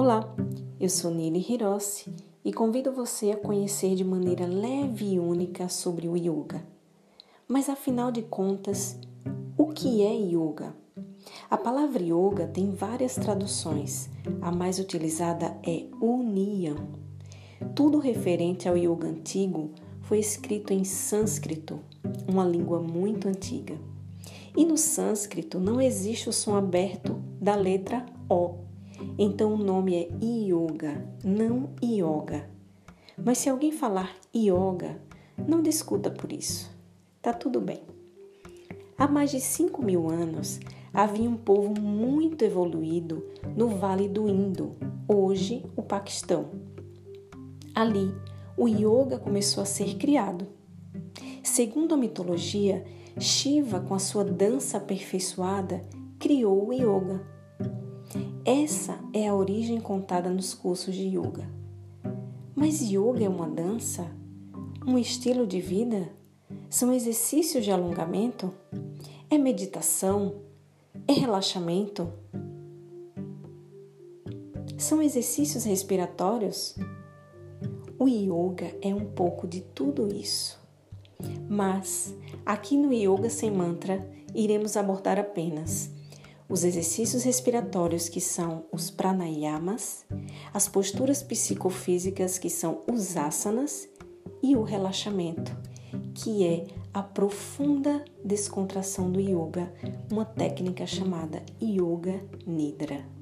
Olá, eu sou Nili Hirossi e convido você a conhecer de maneira leve e única sobre o Yoga. Mas afinal de contas, o que é Yoga? A palavra Yoga tem várias traduções, a mais utilizada é união. Tudo referente ao Yoga antigo foi escrito em sânscrito, uma língua muito antiga. E no sânscrito não existe o som aberto da letra O. Então o nome é Yoga, não Yoga. Mas se alguém falar Yoga, não discuta por isso. Tá tudo bem. Há mais de 5.000 anos, havia um povo muito evoluído no Vale do Indo, hoje o Paquistão. Ali, o Yoga começou a ser criado. Segundo a mitologia, Shiva, com a sua dança aperfeiçoada, criou o Yoga. Essa é a origem contada nos cursos de Yoga. Mas Yoga é uma dança? Um estilo de vida? São exercícios de alongamento? É meditação? É relaxamento? São exercícios respiratórios? O Yoga é um pouco de tudo isso. Mas, aqui no Yoga Sem Mantra, iremos abordar apenas os exercícios respiratórios, que são os pranayamas, as posturas psicofísicas, que são os asanas, e o relaxamento, que é a profunda descontração do yoga, uma técnica chamada Yoga Nidra.